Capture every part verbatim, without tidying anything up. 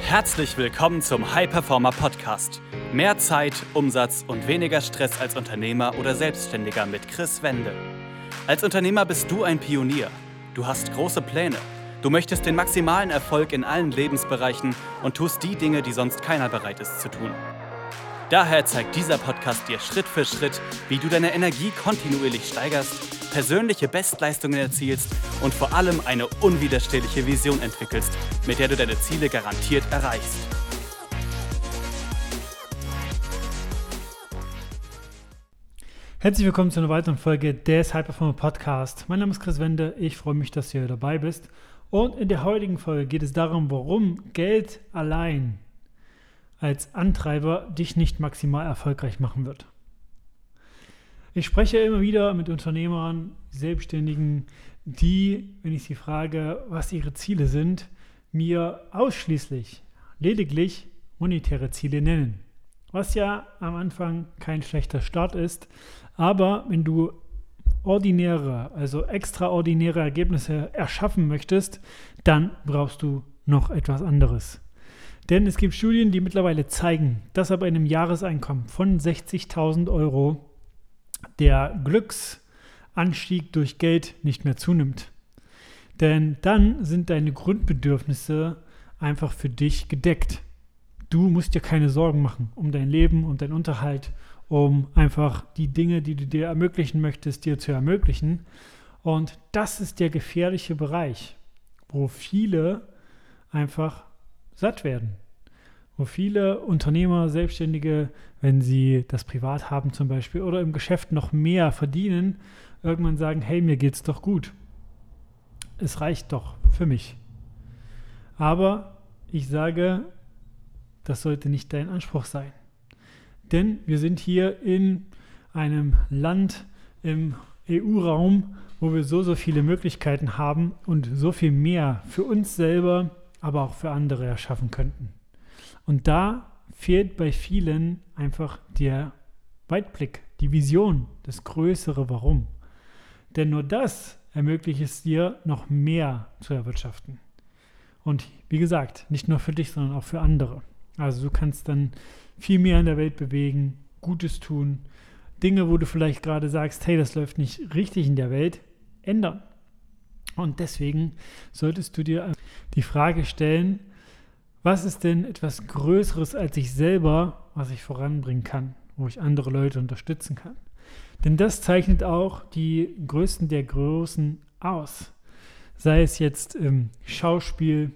Herzlich willkommen zum High Performer Podcast. Mehr Zeit, Umsatz und weniger Stress als Unternehmer oder Selbstständiger mit Chris Wende. Als Unternehmer bist du ein Pionier. Du hast große Pläne. Du möchtest den maximalen Erfolg in allen Lebensbereichen und tust die Dinge, die sonst keiner bereit ist zu tun. Daher zeigt dieser Podcast dir Schritt für Schritt, wie du deine Energie kontinuierlich steigerst, persönliche Bestleistungen erzielst und vor allem eine unwiderstehliche Vision entwickelst, mit der du deine Ziele garantiert erreichst. Herzlich willkommen zu einer weiteren Folge des High Performer Podcast. Mein Name ist Chris Wende, ich freue mich, dass du hier dabei bist. Und in der heutigen Folge geht es darum, warum Geld allein als Antreiber dich nicht maximal erfolgreich machen wird. Ich spreche immer wieder mit Unternehmern, Selbstständigen, die, wenn ich sie frage, was ihre Ziele sind, mir ausschließlich, lediglich monetäre Ziele nennen. Was ja am Anfang kein schlechter Start ist, aber wenn du ordinäre, also extraordinäre Ergebnisse erschaffen möchtest, dann brauchst du noch etwas anderes. Denn es gibt Studien, die mittlerweile zeigen, dass ab einem Jahreseinkommen von sechzigtausend Euro der Glücksanstieg durch Geld nicht mehr zunimmt. Denn dann sind deine Grundbedürfnisse einfach für dich gedeckt. Du musst dir keine Sorgen machen um dein Leben, um deinen Unterhalt, um einfach die Dinge, die du dir ermöglichen möchtest, dir zu ermöglichen. Und das ist der gefährliche Bereich, wo viele einfach satt werden. Wo viele Unternehmer, Selbstständige, wenn sie das privat haben zum Beispiel oder im Geschäft noch mehr verdienen, irgendwann sagen, hey, mir geht's doch gut. Es reicht doch für mich. Aber ich sage, das sollte nicht dein Anspruch sein. Denn wir sind hier in einem Land im E U-Raum, wo wir so, so viele Möglichkeiten haben und so viel mehr für uns selber, aber auch für andere erschaffen könnten. Und da fehlt bei vielen einfach der Weitblick, die Vision, das größere Warum. Denn nur das ermöglicht es dir, noch mehr zu erwirtschaften. Und wie gesagt, nicht nur für dich, sondern auch für andere. Also du kannst dann viel mehr in der Welt bewegen, Gutes tun, Dinge, wo du vielleicht gerade sagst, hey, das läuft nicht richtig in der Welt, ändern. Und deswegen solltest du dir die Frage stellen, was ist denn etwas Größeres als ich selber, was ich voranbringen kann, wo ich andere Leute unterstützen kann? Denn das zeichnet auch die Größten der Großen aus. Sei es jetzt im Schauspiel,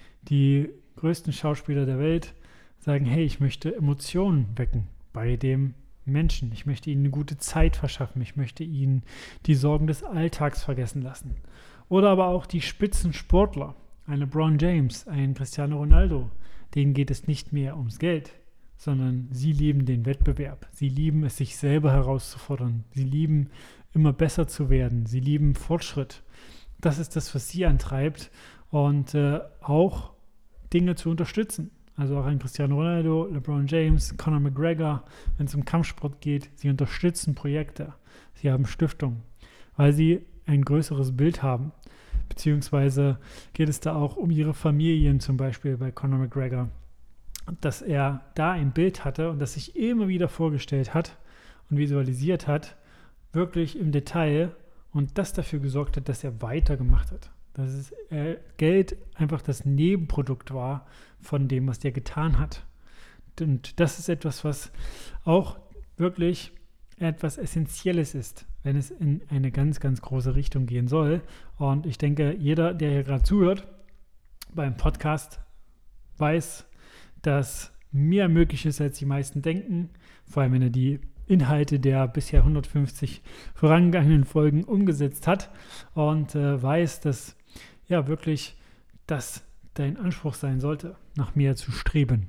die größten Schauspieler der Welt sagen, hey, ich möchte Emotionen wecken bei dem Menschen. Ich möchte ihnen eine gute Zeit verschaffen. Ich möchte ihnen die Sorgen des Alltags vergessen lassen. Oder aber auch die Spitzensportler, ein LeBron James, ein Cristiano Ronaldo, denen geht es nicht mehr ums Geld, sondern sie lieben den Wettbewerb. Sie lieben es, sich selber herauszufordern. Sie lieben, immer besser zu werden. Sie lieben Fortschritt. Das ist das, was sie antreibt und äh, auch Dinge zu unterstützen. Also auch ein Cristiano Ronaldo, LeBron James, Conor McGregor, wenn es um Kampfsport geht, sie unterstützen Projekte. Sie haben Stiftungen, weil sie ein größeres Bild haben. Beziehungsweise geht es da auch um ihre Familien, zum Beispiel bei Conor McGregor, dass er da ein Bild hatte und das sich immer wieder vorgestellt hat und visualisiert hat, wirklich im Detail und das dafür gesorgt hat, dass er weitergemacht hat. Dass es, äh, Geld einfach das Nebenprodukt war von dem, was der getan hat. Und das ist etwas, was auch wirklich etwas Essentielles ist, wenn es in eine ganz, ganz große Richtung gehen soll. Und ich denke, jeder, der hier gerade zuhört beim Podcast, weiß, dass mehr möglich ist, als die meisten denken. Vor allem, wenn er die Inhalte der bisher hundertfünfzig vorangegangenen Folgen umgesetzt hat und äh, weiß, dass ja wirklich das dein Anspruch sein sollte, nach mehr zu streben.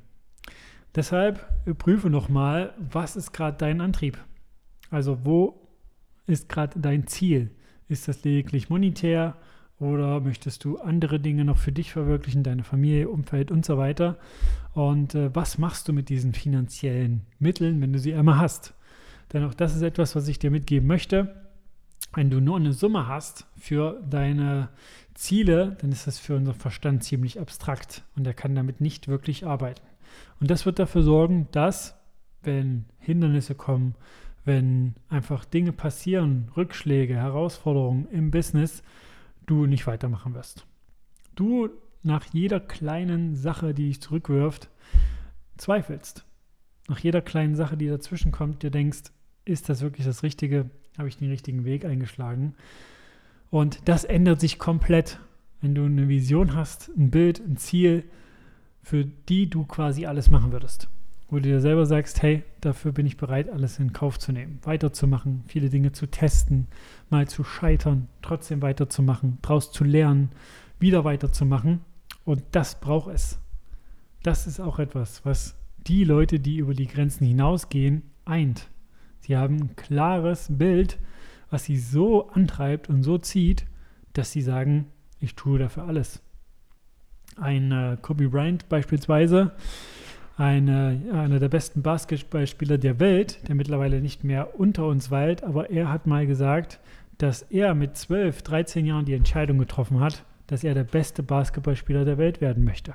Deshalb prüfe nochmal, was ist gerade dein Antrieb? Also wo ist gerade dein Ziel? Ist das lediglich monetär oder möchtest du andere Dinge noch für dich verwirklichen, deine Familie, Umfeld und so weiter? Und äh, was machst du mit diesen finanziellen Mitteln, wenn du sie einmal hast? Denn auch das ist etwas, was ich dir mitgeben möchte. Wenn du nur eine Summe hast für deine Ziele, dann ist das für unseren Verstand ziemlich abstrakt und er kann damit nicht wirklich arbeiten. Und das wird dafür sorgen, dass, wenn Hindernisse kommen, wenn einfach Dinge passieren, Rückschläge, Herausforderungen im Business, du nicht weitermachen wirst. Du nach jeder kleinen Sache, die dich zurückwirft, zweifelst. Nach jeder kleinen Sache, die dazwischen kommt, dir denkst, ist das wirklich das Richtige? Habe ich den richtigen Weg eingeschlagen? Und das ändert sich komplett, wenn du eine Vision hast, ein Bild, ein Ziel, für die du quasi alles machen würdest. Wo du dir selber sagst, hey, dafür bin ich bereit, alles in Kauf zu nehmen, weiterzumachen, viele Dinge zu testen, mal zu scheitern, trotzdem weiterzumachen, draus zu lernen, wieder weiterzumachen. Und das braucht es. Das ist auch etwas, was die Leute, die über die Grenzen hinausgehen, eint. Sie haben ein klares Bild, was sie so antreibt und so zieht, dass sie sagen, ich tue dafür alles. Ein äh, Kobe Bryant beispielsweise, eine, einer der besten Basketballspieler der Welt, der mittlerweile nicht mehr unter uns weilt, aber er hat mal gesagt, dass er mit zwölf, dreizehn Jahren die Entscheidung getroffen hat, dass er der beste Basketballspieler der Welt werden möchte.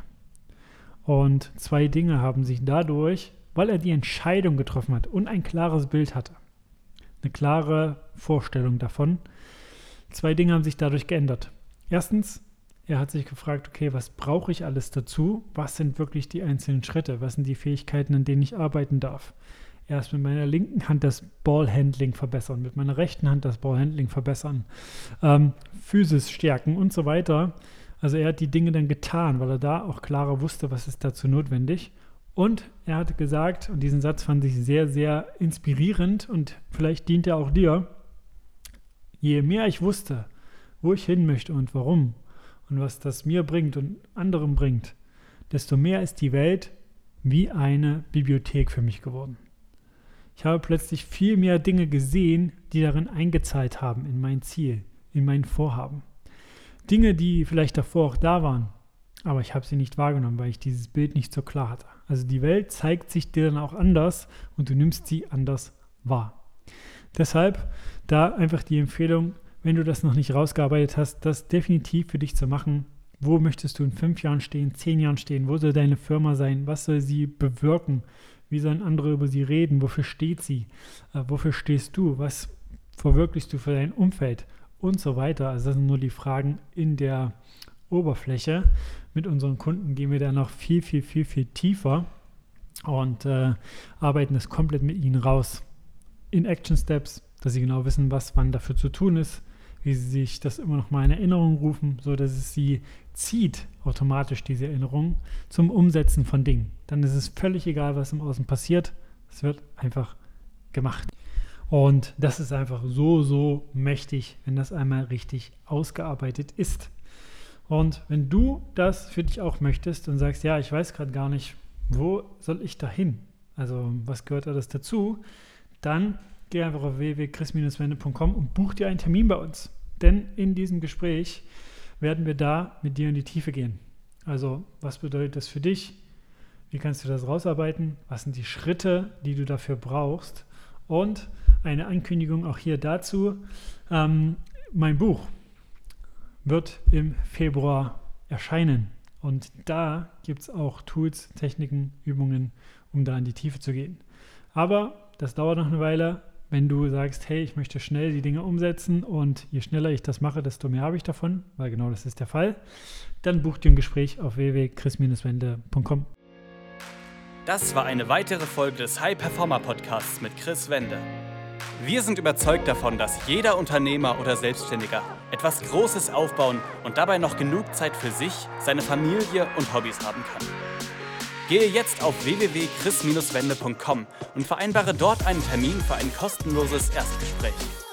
Und zwei Dinge haben sich dadurch, weil er die Entscheidung getroffen hat und ein klares Bild hatte, eine klare Vorstellung davon, zwei Dinge haben sich dadurch geändert. Erstens, er hat sich gefragt, okay, was brauche ich alles dazu? Was sind wirklich die einzelnen Schritte? Was sind die Fähigkeiten, an denen ich arbeiten darf? Erst mit meiner linken Hand das Ballhandling verbessern, mit meiner rechten Hand das Ballhandling verbessern, ähm, Physis stärken und so weiter. Also er hat die Dinge dann getan, weil er da auch klarer wusste, was ist dazu notwendig. Und er hat gesagt, und diesen Satz fand ich sehr, sehr inspirierend und vielleicht dient er auch dir, je mehr ich wusste, wo ich hin möchte und warum und was das mir bringt und anderen bringt, desto mehr ist die Welt wie eine Bibliothek für mich geworden. Ich habe plötzlich viel mehr Dinge gesehen, die darin eingezahlt haben, in mein Ziel, in mein Vorhaben. Dinge, die vielleicht davor auch da waren, aber ich habe sie nicht wahrgenommen, weil ich dieses Bild nicht so klar hatte. Also die Welt zeigt sich dir dann auch anders und du nimmst sie anders wahr. Deshalb da einfach die Empfehlung, wenn du das noch nicht rausgearbeitet hast, das definitiv für dich zu machen. Wo möchtest du in fünf Jahren stehen, zehn Jahren stehen? Wo soll deine Firma sein? Was soll sie bewirken? Wie sollen andere über sie reden? Wofür steht sie? Äh, wofür stehst du? Was verwirklichst du für dein Umfeld? Und so weiter. Also das sind nur die Fragen in der Oberfläche. Mit unseren Kunden gehen wir da noch viel, viel, viel, viel tiefer und äh, arbeiten das komplett mit ihnen raus. In Action Steps, dass sie genau wissen, was wann dafür zu tun ist, wie sie sich das immer noch mal in Erinnerung rufen, so dass es sie zieht, automatisch diese Erinnerung, zum Umsetzen von Dingen. Dann ist es völlig egal, was im Außen passiert. Es wird einfach gemacht. Und das ist einfach so, so mächtig, wenn das einmal richtig ausgearbeitet ist. Und wenn du das für dich auch möchtest und sagst, ja, ich weiß gerade gar nicht, wo soll ich da hin? Also was gehört alles dazu? Dann geh einfach auf w w w punkt chris Bindestrich wende punkt com und buch dir einen Termin bei uns. Denn in diesem Gespräch werden wir da mit dir in die Tiefe gehen. Also was bedeutet das für dich? Wie kannst du das rausarbeiten? Was sind die Schritte, die du dafür brauchst? Und eine Ankündigung auch hier dazu. Ähm, mein Buch wird im Februar erscheinen. Und da gibt es auch Tools, Techniken, Übungen, um da in die Tiefe zu gehen. Aber das dauert noch eine Weile. Wenn du sagst, hey, ich möchte schnell die Dinge umsetzen und je schneller ich das mache, desto mehr habe ich davon, weil genau das ist der Fall, dann buch dir ein Gespräch auf w w w punkt chris Bindestrich wende punkt com. Das war eine weitere Folge des High Performer Podcasts mit Chris Wende. Wir sind überzeugt davon, dass jeder Unternehmer oder Selbstständiger etwas Großes aufbauen und dabei noch genug Zeit für sich, seine Familie und Hobbys haben kann. Gehe jetzt auf w w w punkt chris Bindestrich wende punkt com und vereinbare dort einen Termin für ein kostenloses Erstgespräch.